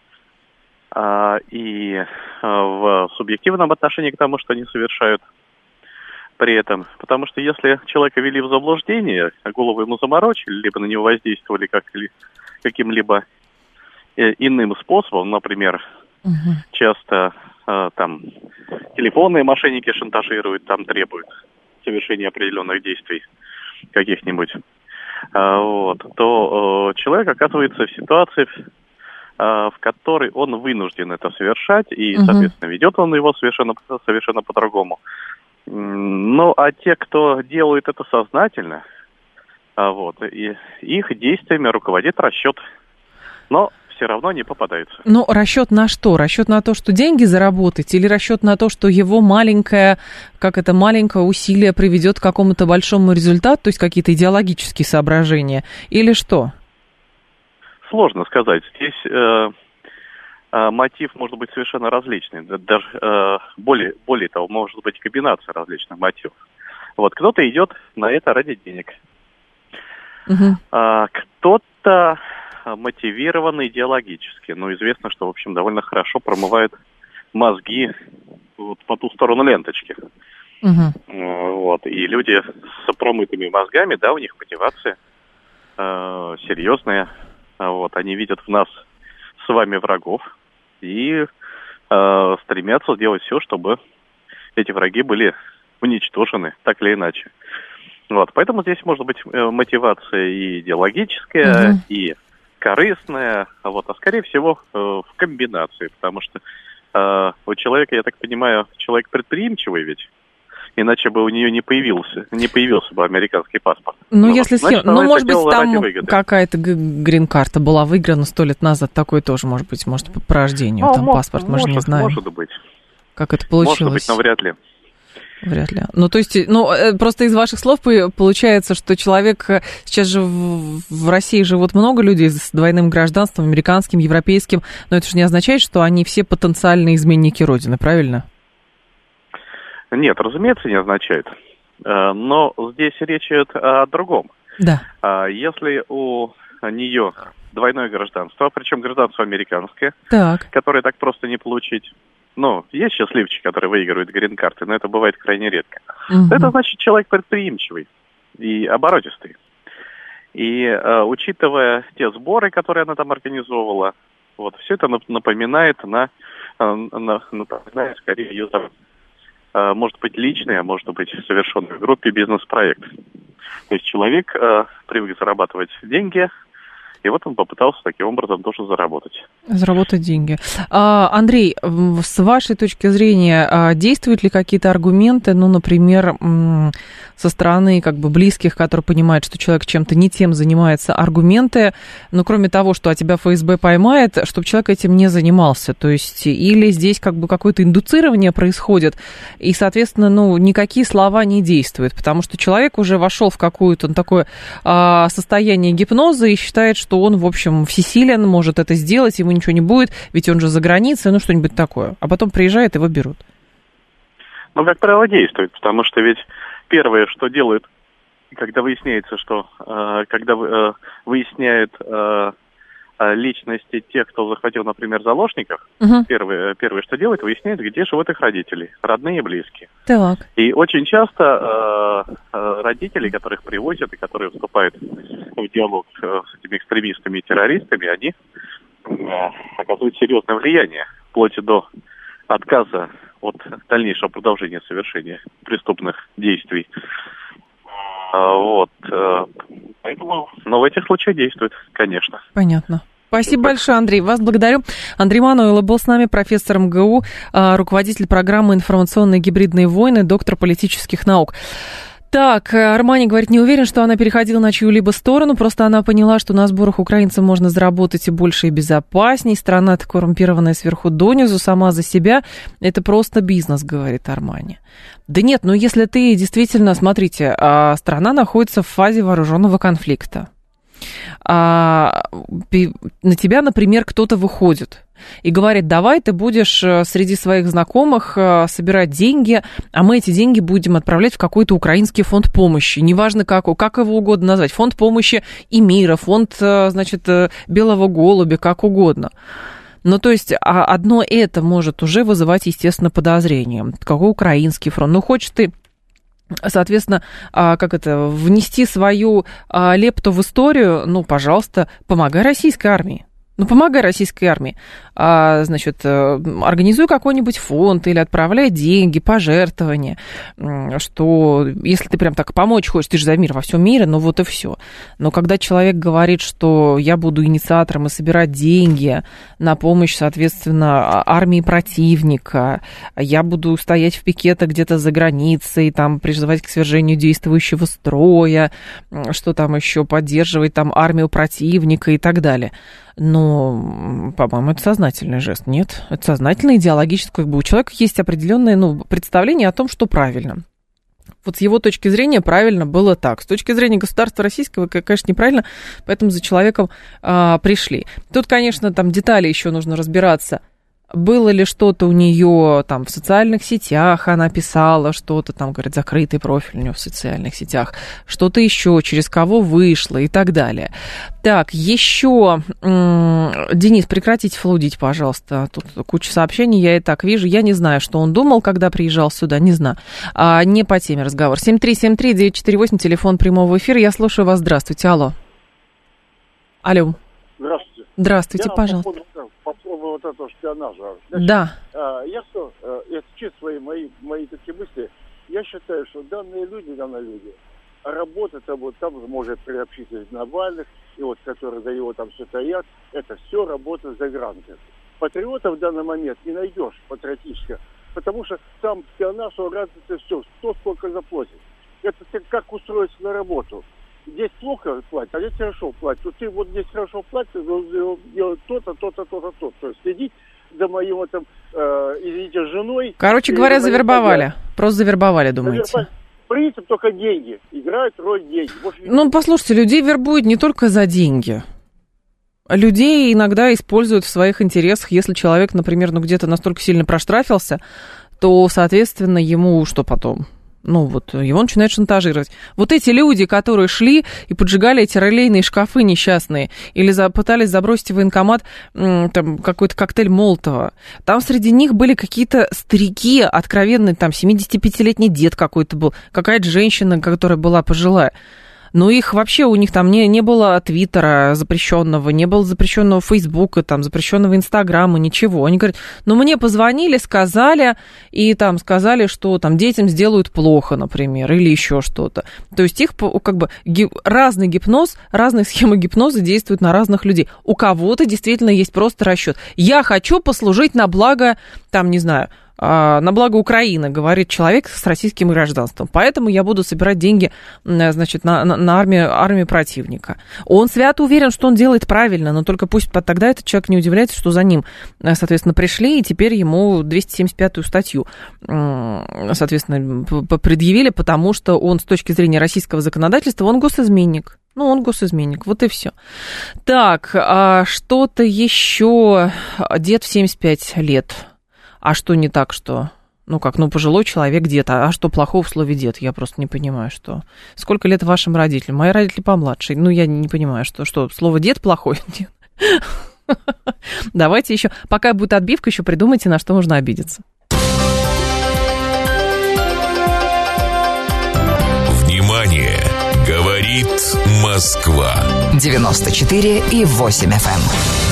э, и э, в субъективном отношении к тому, что они совершают при этом. Потому что если человека ввели в заблуждение, а голову ему заморочили, либо на него воздействовали как, каким-либо э, иным способом, например, угу. часто э, там телефонные мошенники шантажируют, там требуют совершения определенных действий каких-нибудь, э, вот, то э, человек оказывается в ситуации, э, в которой он вынужден это совершать, и, угу. соответственно, ведет он его совершенно, совершенно по-другому. Ну, а те, кто делают это сознательно, вот, и их действиями руководит расчет, но все равно не попадаются. Ну, расчет на что? Расчет на то, что деньги заработать, или расчет на то, что его маленькое, как это, маленькое усилие приведет к какому-то большому результату, то есть какие-то идеологические соображения, или что? Сложно сказать. Здесь э, э, мотив может быть совершенно различный. Даже э, более, более того, может быть комбинация различных мотивов. Вот, кто-то идет на это ради денег. Угу. А, кто-то мотивирован идеологически. Но известно, что, в общем, довольно хорошо промывают мозги вот, по ту сторону ленточки. Угу. Вот. И люди с промытыми мозгами, да, у них мотивация э, серьезная. Вот. Они видят в нас с вами врагов и э, стремятся сделать все, чтобы эти враги были уничтожены, так или иначе. Вот. Поэтому здесь может быть мотивация и идеологическая, угу. и корыстная, вот, а скорее всего э, в комбинации, потому что э, у человека, я так понимаю, человек предприимчивый ведь, иначе бы у нее не появился, не появился бы американский паспорт. Ну, ну если значит, схем... ну, может быть, там какая-то грин-карта была выиграна сто лет назад, такое тоже, может быть, может, по рождению, ну, там может, паспорт, мы может, же не знаем. Может быть. Как это получилось. Может быть, но вряд ли. Вряд ли. Ну, то есть, ну, просто из ваших слов получается, что человек... Сейчас же в, в России живут много людей с двойным гражданством, американским, европейским, но это же не означает, что они все потенциальные изменники Родины, правильно? Нет, разумеется, не означает. Но здесь речь идет о другом. Да. Если у нее двойное гражданство, причем гражданство американское, так. которое так просто не получить. Ну, есть счастливчики, которые выигрывают грин-карты, но это бывает крайне редко. Угу. Это значит человек предприимчивый и оборотистый. И э, учитывая те сборы, которые она там организовывала, вот, все это напоминает на, на, напоминает скорее ее, э, может быть, личный, а может быть, совершенный в группе бизнес-проект. То есть человек э, привык зарабатывать деньги, и вот он попытался таким образом тоже заработать. Заработать деньги. А, Андрей, с вашей точки зрения, действуют ли какие-то аргументы, ну, например, со стороны как бы близких, которые понимают, что человек чем-то не тем занимается, аргументы, ну, кроме того, что а тебя эф эс бэ поймает, чтобы человек этим не занимался, то есть или здесь как бы какое-то индуцирование происходит, и, соответственно, ну, никакие слова не действуют, потому что человек уже вошел в какое-то ну, такое а, состояние гипноза и считает, что он, в общем, всесилен, может это сделать, ему ничего не будет, ведь он же за границей, ну, что-нибудь такое. А потом приезжает, его берут. Ну, как правило, действует, потому что ведь первое, что делают, когда выясняется, что, э, когда э, выясняют э, личности тех, кто захватил, например, заложников, uh-huh. первое, первое, что делают, выясняют, где живут их родители, родные и близкие. Так. И очень часто э, родители, которых привозят и которые вступают в диалог с этими экстремистами и террористами, они э, оказывают серьезное влияние, вплоть до отказа от дальнейшего продолжения совершения преступных действий. Вот. Поэтому, но в этих случаях действует, конечно. Понятно. Спасибо большое, Андрей. Вас благодарю. Андрей Мануйло был с нами, профессор эм гэ у, руководитель программы «Информационные гибридные войны», доктор политических наук. Так, Армани говорит, не уверен, что она переходила на чью-либо сторону, просто она поняла, что на сборах украинцам можно заработать и больше, и безопасней. Страна-то коррумпированная сверху донизу, сама за себя. Это просто бизнес, говорит Армани. Да нет, ну если ты действительно, смотрите, страна находится в фазе вооруженного конфликта. А, на тебя, например, кто-то выходит и говорит, давай ты будешь среди своих знакомых собирать деньги, а мы эти деньги будем отправлять в какой-то украинский фонд помощи, неважно как, как его угодно назвать, фонд помощи и мира, фонд, значит, белого голубя, как угодно. Ну, то есть одно это может уже вызывать, естественно, подозрение. Какой украинский фронт? Ну, хочешь ты, соответственно, как это, внести свою лепту в историю, ну, пожалуйста, помогай российской армии. Ну, помогай российской армии. А, значит, организуй какой-нибудь фонд или отправляй деньги, пожертвования, что если ты прям так помочь хочешь, ты же за мир во всем мире, ну вот и все. Но когда человек говорит, что я буду инициатором и собирать деньги на помощь, соответственно, армии противника, я буду стоять в пикетах где-то за границей, там, призывать к свержению действующего строя, что там еще, поддерживать там армию противника и так далее. Но, по-моему, это сознательный жест, нет? Это сознательный, идеологический, как бы у человека есть определенное, ну, представление о том, что правильно. Вот с его точки зрения правильно было так. С точки зрения государства российского, конечно, неправильно, поэтому за человеком а, пришли. Тут, конечно, там детали еще нужно разбираться. Было ли что-то у нее там в социальных сетях, она писала что-то, там, говорит, закрытый профиль у нее в социальных сетях, что-то еще, через кого вышло и так далее. Так, еще, Денис, прекратите флудить, пожалуйста, тут куча сообщений, я и так вижу, я не знаю, что он думал, когда приезжал сюда, не знаю, а, не по теме разговор. семь три семь три девять четыре восемь, телефон прямого эфира, я слушаю вас, здравствуйте, алло. Алло. Здравствуйте. Здравствуйте, я пожалуйста. По поводу вот этого шпионажа. Значит, да. Я что, это чисто свои мои, мои такие мысли. Я считаю, что данные люди, данные люди, работа-то вот там может приобщиться Навальных, и вот которые за его там все таят, это все работа за границей. Патриота в данный момент не найдешь патриотически, потому что там шпионаж, разница все, кто сколько заплатит. Это как устроиться на работу. Здесь плохо платят, а здесь хорошо платят. Вот ты вот здесь хорошо платят, делать то-то, то-то, то-то, то-то. То есть следить за моим, вот, там, э, извините, женой. Короче говоря, завербовали. Подъезд. Просто завербовали, думаете? Завербовали. Принцип только деньги. Играют роль деньги. Может, ну, послушайте, людей вербуют не только за деньги. Людей иногда используют в своих интересах. Если человек, например, ну где-то настолько сильно проштрафился, то, соответственно, ему что потом? Ну, вот его начинают шантажировать. Вот эти люди, которые шли и поджигали эти релейные шкафы несчастные, или за, пытались забросить в военкомат там, какой-то коктейль Молотова, там среди них были какие-то старики, откровенные, там, семидесятипятилетний дед какой-то был, какая-то женщина, которая была пожилая. Но их вообще, у них там не, не было Твиттера запрещенного, не было запрещенного Фейсбука, там, запрещенного Инстаграма, ничего. Они говорят, ну, мне позвонили, сказали, и там сказали, что там детям сделают плохо, например, или еще что-то. То есть их как бы гип, разный гипноз, разные схемы гипноза действуют на разных людей. У кого-то действительно есть просто расчет. Я хочу послужить на благо, там, не знаю, на благо Украины, говорит человек с российским гражданством. Поэтому я буду собирать деньги, значит, на, на, на армию, армию противника. Он свято уверен, что он делает правильно, но только пусть тогда этот человек не удивляется, что за ним, соответственно, пришли, и теперь ему двести семьдесят пятую статью, соответственно, предъявили, потому что он с точки зрения российского законодательства, он госизменник. Ну, он госизменник, вот и все. Так, а что-то еще. Дед в семьдесят пять лет. А что не так, что... Ну как, ну пожилой человек дед, а что плохого в слове дед? Я просто не понимаю, что... Сколько лет вашим родителям? Мои родители помладше. Ну я не понимаю, что, что слово дед плохое? Давайте еще... Пока будет отбивка, еще придумайте, на что можно обидеться. Внимание! Говорит Москва. девяносто четыре и восемь эф эм.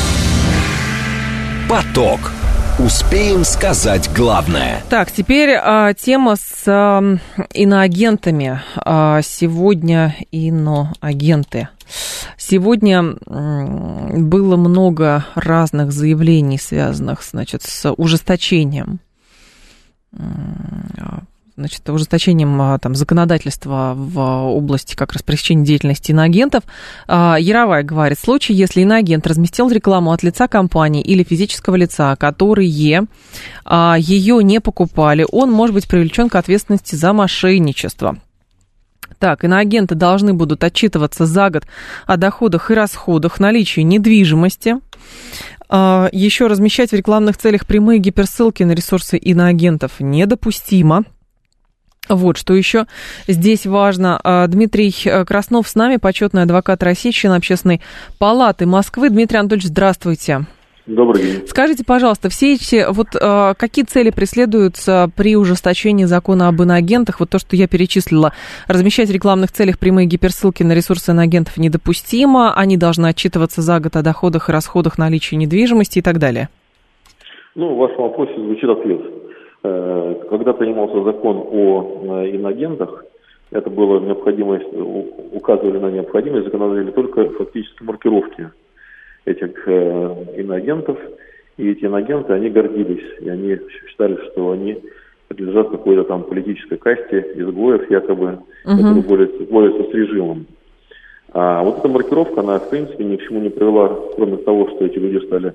Поток. Успеем сказать главное. Так, теперь а, тема с а, иноагентами. А, сегодня иноагенты. Сегодня м, было много разных заявлений, связанных, значит, с ужесточением, значит, ужесточением там, законодательства в области как раз пресечения деятельности иноагентов. Яровая говорит, в случае, если иноагент разместил рекламу от лица компании или физического лица, которые ее не покупали, он может быть привлечен к ответственности за мошенничество. Так, иноагенты должны будут отчитываться за год о доходах и расходах, наличии недвижимости. Еще размещать в рекламных целях прямые гиперссылки на ресурсы иноагентов недопустимо. Вот, что еще здесь важно. Дмитрий Краснов с нами, почетный адвокат России, член Общественной палаты Москвы. Дмитрий Анатольевич, здравствуйте. Добрый день. Скажите, пожалуйста, все эти, вот какие цели преследуются при ужесточении закона об иноагентах? Вот то, что я перечислила, размещать в рекламных целях прямые гиперссылки на ресурсы иноагентов недопустимо, они должны отчитываться за год о доходах и расходах, наличии недвижимости и так далее. Ну, в вашем вопросе звучит ответ. Когда принимался закон о иноагентах, это было необходимость, указывали на необходимость законодателя только фактически маркировки этих иноагентов. И эти иноагенты, они гордились, и они считали, что они принадлежат какой-то там политической касте изгоев, якобы, uh-huh. которые борются, борются с режимом. А вот эта маркировка, она, в принципе, ни к чему не привела, кроме того, что эти люди стали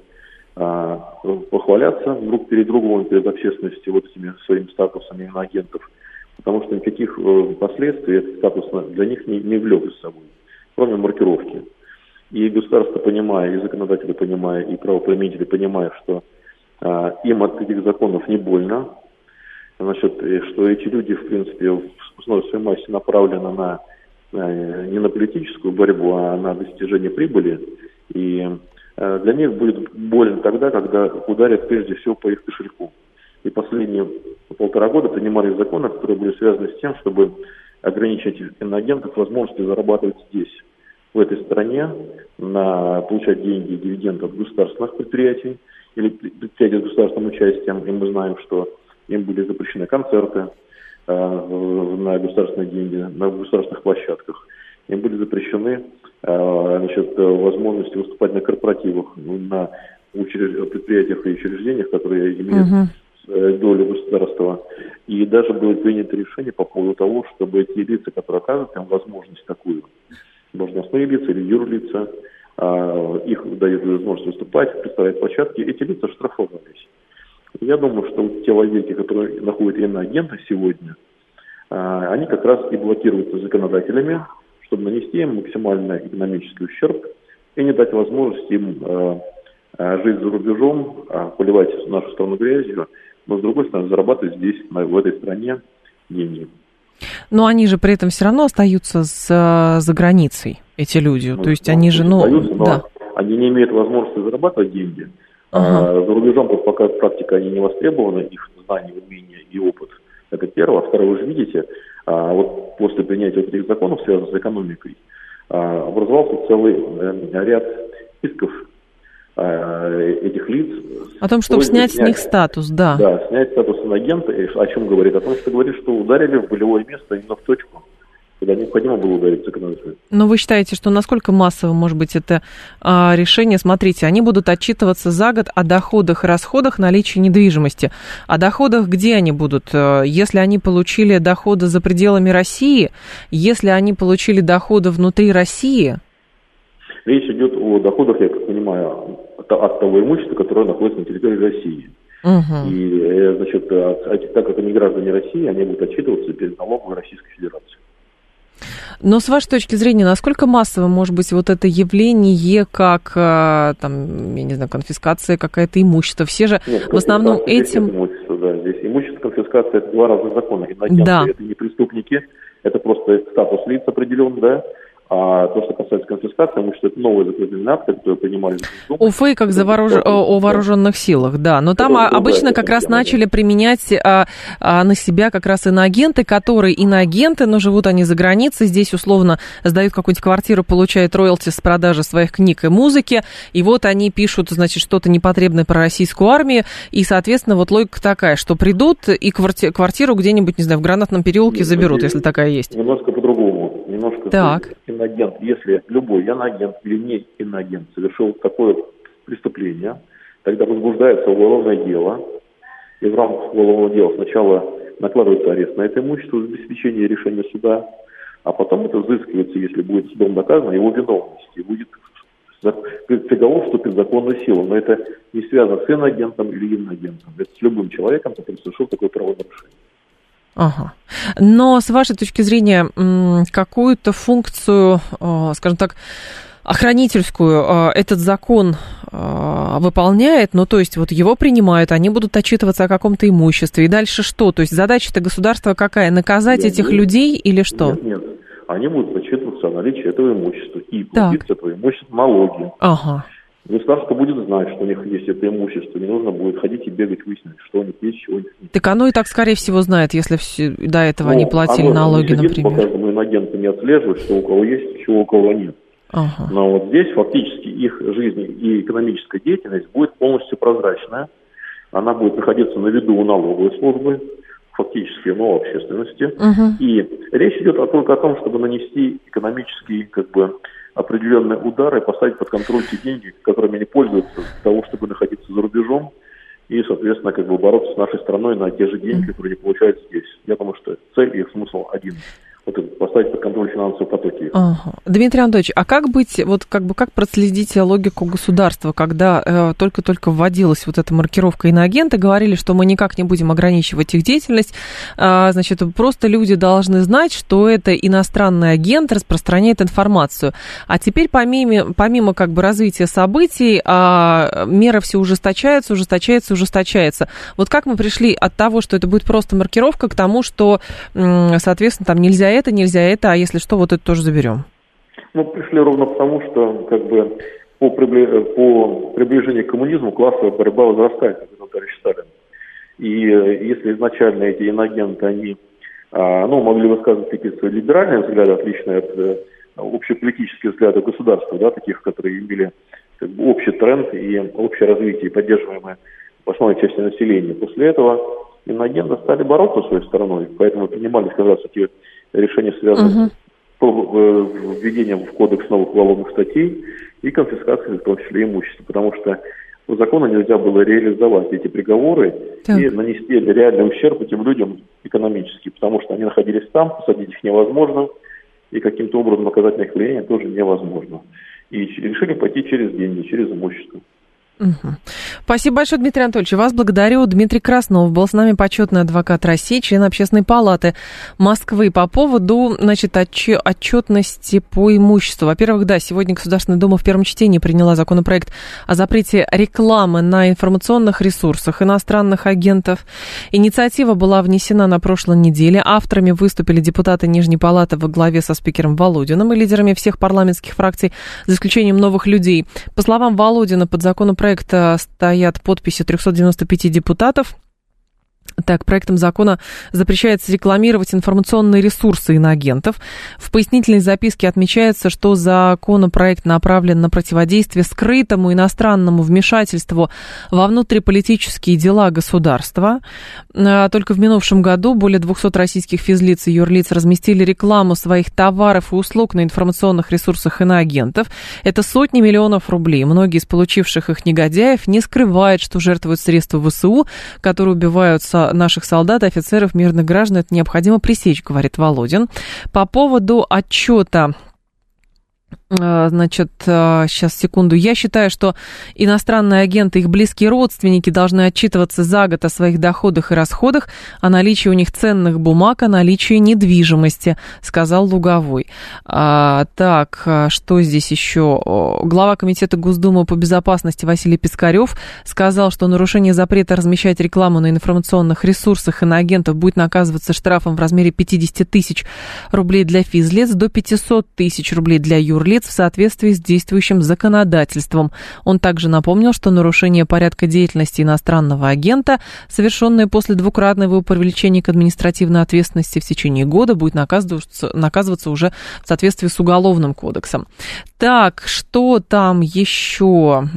похваляться друг перед другом, перед общественностью вот этими своими статусами иноагентов, потому что никаких последствий этот статус для них не, не влек за собой, кроме маркировки. И государство, понимая, и законодатели, понимая, и правоприменители, понимая, что а, им от этих законов не больно, значит, что эти люди, в принципе, в своей массе направлены на, а, не на политическую борьбу, а на достижение прибыли, и для них будет больно тогда, когда ударят прежде всего по их кошельку. И последние полтора года принимали законы, которые были связаны с тем, чтобы ограничить иноагентов возможности зарабатывать здесь, в этой стране, на получать деньги и дивиденды от государственных предприятий или предприятий с государственным участием. И мы знаем, что им были запрещены концерты э, на государственные деньги, на государственных площадках. Им были запрещены значит, возможности выступать на корпоративах, на учреж... предприятиях и учреждениях, которые имеют uh-huh. долю государства. И даже было принято решение по поводу того, чтобы эти лица, которые оказывают им возможность такую, должностные лица или юрлица, их дают возможность выступать, представлять площадки, эти лица штрафовались. Я думаю, что вот те лазейки, которые находят иноагенты сегодня, они как раз и блокируются законодателями, чтобы нанести им максимально экономический ущерб и не дать возможности им э, э, жить за рубежом, э, поливать нашу страну грязью, но, с другой стороны, зарабатывать здесь, на, в этой стране, деньги. Но они же при этом все равно остаются за, за границей, эти люди. Ну, То есть ну, они же, ну, остаются, но да. они не имеют возможности зарабатывать деньги. Ага. А за рубежом, пока практика, они не востребованы, их знания, умения и опыт. Это первое. А второе, вы же видите, а, вот после принятия этих законов, связанных с экономикой, а, образовался целый а, ряд списков этих лиц. О том, чтобы снять с них статус, да. Да, снять статус инагента. О чем говорит? О том, что говорит, что ударили в болевое место именно в точку, куда необходимо было ударить с экономикой. Но вы считаете, что насколько массово может быть это а, решение? Смотрите, они будут отчитываться за год о доходах и расходах наличия недвижимости. О доходах где они будут? Если они получили доходы за пределами России, если они получили доходы внутри России? Речь идет о доходах, я как понимаю, от того имущества, которое находится на территории России. Угу. И, значит, так как они граждане России, они будут отчитываться перед налоговой Российской Федерации. Но с вашей точки зрения, насколько массово может быть вот это явление, как, там, я не знаю, конфискация какая-то имущества? Все же Нет, в основном этим... Имущество, да, здесь имущество, конфискация – это два разных закона. Инагенты да. – это не преступники, это просто статус лиц определен, да. А то, что касается конфискации, потому что это новые законодательные акты, которые принимали... О фейках за вооруж... о вооруженных силах, да. Но там это обычно как раз начали применять а, а, на себя как раз иноагенты, которые иноагенты, но живут они за границей, здесь условно сдают какую-нибудь квартиру, получают роялти с продажи своих книг и музыки, и вот они пишут, значит, что-то непотребное про российскую армию, и, соответственно, вот логика такая, что придут и кварти... квартиру где-нибудь, не знаю, в Гранатном переулке Нет, заберут, если такая есть. Немножко по-другому. Немножко так. Иноагент, если любой иноагент или не иноагент совершил такое преступление, тогда возбуждается уголовное дело, и в рамках уголовного дела сначала накладывается арест на это имущество в обеспечении решения суда, а потом это взыскивается, если будет судом доказана его виновность, и будет приговор вступит в законную силу. Но это не связано с иноагентом или иноагентом, это с любым человеком, который совершил такое правонарушение. Ага. Но с вашей точки зрения, какую-то функцию, скажем так, охранительскую этот закон выполняет, ну, то есть вот его принимают, они будут отчитываться о каком-то имуществе, и дальше что? То есть задача-то государства какая? Наказать нет, этих нет, людей или что? Нет, нет, они будут отчитываться о наличии этого имущества и платить с этого имущества налоги. Ага. Государство будет знать, что у них есть это имущество, не нужно будет ходить и бегать, выяснить, что у них есть, чего у них нет. Так оно и так, скорее всего, знает, если все, до этого они платили налоги, например. По каждому инагенту не отслеживать, что у кого есть, чего у кого нет. Ага. Но вот здесь фактически их жизнь и экономическая деятельность будет полностью прозрачная. Она будет находиться на виду у налоговой службы, фактически, но в общественности. Угу. И речь идет только о том, чтобы нанести экономический, как бы, определенные удары, поставить под контроль те деньги, которыми они пользуются для того, чтобы находиться за рубежом и, соответственно, как бы бороться с нашей страной на те же деньги, которые они получают здесь. Я думаю, что цель и их смысл один. Вот это, поставить под контроль финансовые потоки. Ага. Дмитрий Анатольевич, а как быть, вот как бы как проследить логику государства, когда э, только-только вводилась вот эта маркировка иноагента, говорили, что мы никак не будем ограничивать их деятельность, э, значит, просто люди должны знать, что это иностранный агент распространяет информацию. А теперь помимо, помимо как бы развития событий, э, меры все ужесточаются, ужесточаются, ужесточаются. Вот как мы пришли от того, что это будет просто маркировка, к тому, что, э, соответственно, там нельзя это, нельзя это, а если что, вот это тоже заберем? Ну, пришли ровно потому, что как бы по, прибли... по приближению к коммунизму классовая борьба возрастает, как говорил товарищ Сталин. И если изначально эти иноагенты, они ну, могли высказывать какие-то свои либеральные взгляды, отличные от общеполитических взглядов государства, да, таких, которые имели как бы, общий тренд и общее развитие, поддерживаемое в основной части населения. После этого иноагенты стали бороться своей стороной, поэтому принимались как раз эти решения, связанные uh-huh. с введением в кодекс новых уголовных статей и конфискацией, в том числе, имущества, потому что по закону нельзя было реализовать эти приговоры так. и нанести реальный ущерб этим людям экономически, потому что они находились там, посадить их невозможно, и каким-то образом оказать на их влияние тоже невозможно. И решили пойти через деньги, через имущество. Угу. Спасибо большое, Дмитрий Анатольевич. Вас благодарю. Дмитрий Краснов был с нами, почетный адвокат России, член Общественной палаты Москвы. По поводу, значит, отче- отчетности по имуществу. Во-первых, да, сегодня Государственная Дума в первом чтении приняла законопроект о запрете рекламы на информационных ресурсах иностранных агентов. Инициатива была внесена на прошлой неделе. Авторами выступили депутаты Нижней палаты во главе со спикером Володиным и лидерами всех парламентских фракций, за исключением новых людей. По словам Володина, под законопроектом стоят подписи триста девяносто пять депутатов. Так, проектом закона запрещается рекламировать информационные ресурсы иноагентов. В пояснительной записке отмечается, что законопроект направлен на противодействие скрытому иностранному вмешательству во внутриполитические дела государства. Только в минувшем году более двухсот российских физлиц и юрлиц разместили рекламу своих товаров и услуг на информационных ресурсах иноагентов. Это сотни миллионов рублей. Многие из получивших их негодяев не скрывают, что жертвуют средства ВСУ, которые убиваются наших солдат, офицеров, мирных граждан. Это необходимо пресечь, говорит Володин. По поводу отчета, значит, сейчас, секунду. Я считаю, что иностранные агенты, их близкие родственники должны отчитываться за год о своих доходах и расходах, о наличии у них ценных бумаг, о наличии недвижимости, сказал Луговой. А, так, что здесь еще? Глава Комитета Госдумы по безопасности Василий Пискарев сказал, что нарушение запрета размещать рекламу на информационных ресурсах иноагентов будет наказываться штрафом в размере пятьдесят тысяч рублей для физлиц, до пятьсот тысяч рублей для юрлиц, в соответствии с действующим законодательством. Он также напомнил, что нарушение порядка деятельности иностранного агента, совершенное после двукратного его привлечения к административной ответственности в течение года, будет наказываться, наказываться уже в соответствии с Уголовным кодексом. Так, что там еще?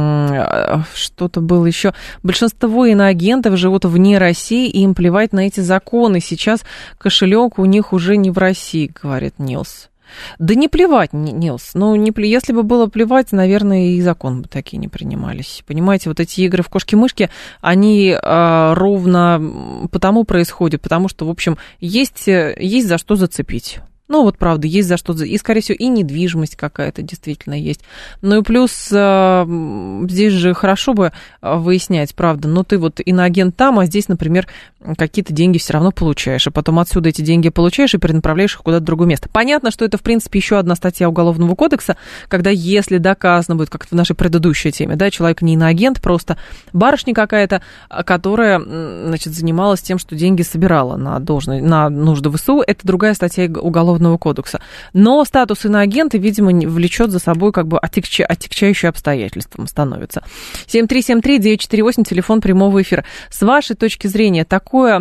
Что-то было еще. Большинство иноагентов живут вне России, и им плевать на эти законы. Сейчас кошелек у них уже не в России, говорит Нилс. Да не плевать, Нилс. Ну, не, если бы было плевать, наверное, и законы бы такие не принимались. Понимаете, вот эти игры в кошки-мышки, они а, ровно потому происходят, потому что, в общем, есть, есть за что зацепить. Ну, вот правда, есть за что... И, скорее всего, и недвижимость какая-то действительно есть. Ну и плюс здесь же хорошо бы выяснять, правда, ну ты вот иноагент там, а здесь, например, какие-то деньги все равно получаешь, а потом отсюда эти деньги получаешь и перенаправляешь их куда-то в другое место. Понятно, что это, в принципе, еще одна статья Уголовного кодекса, когда если доказано будет, как в нашей предыдущей теме, да, человек не иноагент, просто барышня какая-то, которая, значит, занималась тем, что деньги собирала на, должность, на нужды ВСУ, это другая статья Уголовного кодекса. Но статус иноагента, видимо, влечет за собой как бы отягча, отягчающие обстоятельством становится. семь три семь три девять четыре восемь, телефон прямого эфира. С вашей точки зрения, такое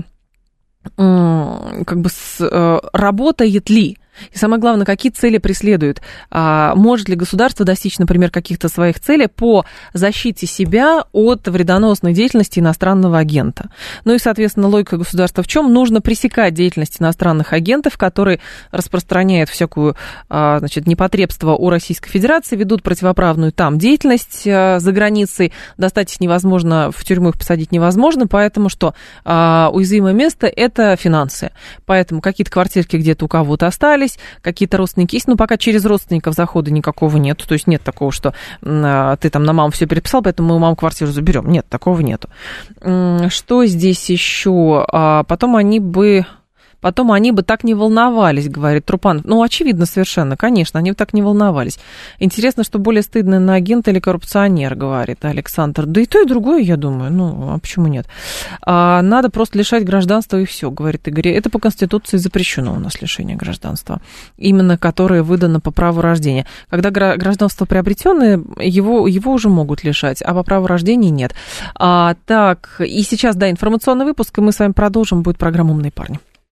как бы с, работает ли? И самое главное, какие цели преследует? А, может ли государство достичь, например, каких-то своих целей по защите себя от вредоносной деятельности иностранного агента? Ну и, соответственно, логика государства в чем? Нужно пресекать деятельность иностранных агентов, которые распространяют всякую, а, значит, непотребство о Российской Федерации, ведут противоправную там деятельность а, за границей. Достать их невозможно, в тюрьму их посадить невозможно, поэтому что? А, уязвимое место – это финансы. Поэтому какие-то квартирки где-то у кого-то остались, какие-то родственники есть, но пока через родственников захода никакого нет. То есть нет такого, что а, ты там на маму все переписал, поэтому мы у мамы квартиру заберем. Нет, такого нету. Что здесь еще? А, потом они бы... Потом они бы так не волновались, говорит Трупанов. Ну, очевидно совершенно, конечно, они бы так не волновались. Интересно, что более стыдно на агент или коррупционер, говорит Александр. Да и то, и другое, я думаю. Ну, а почему нет? А, надо просто лишать гражданства и все, говорит Игорь. Это по Конституции запрещено у нас лишение гражданства. Именно которое выдано по праву рождения. Когда гражданство приобретенное, его, его уже могут лишать, а по праву рождения нет. А, так, и сейчас, да, информационный выпуск, и мы с вами продолжим. Будет программа «Умные парни».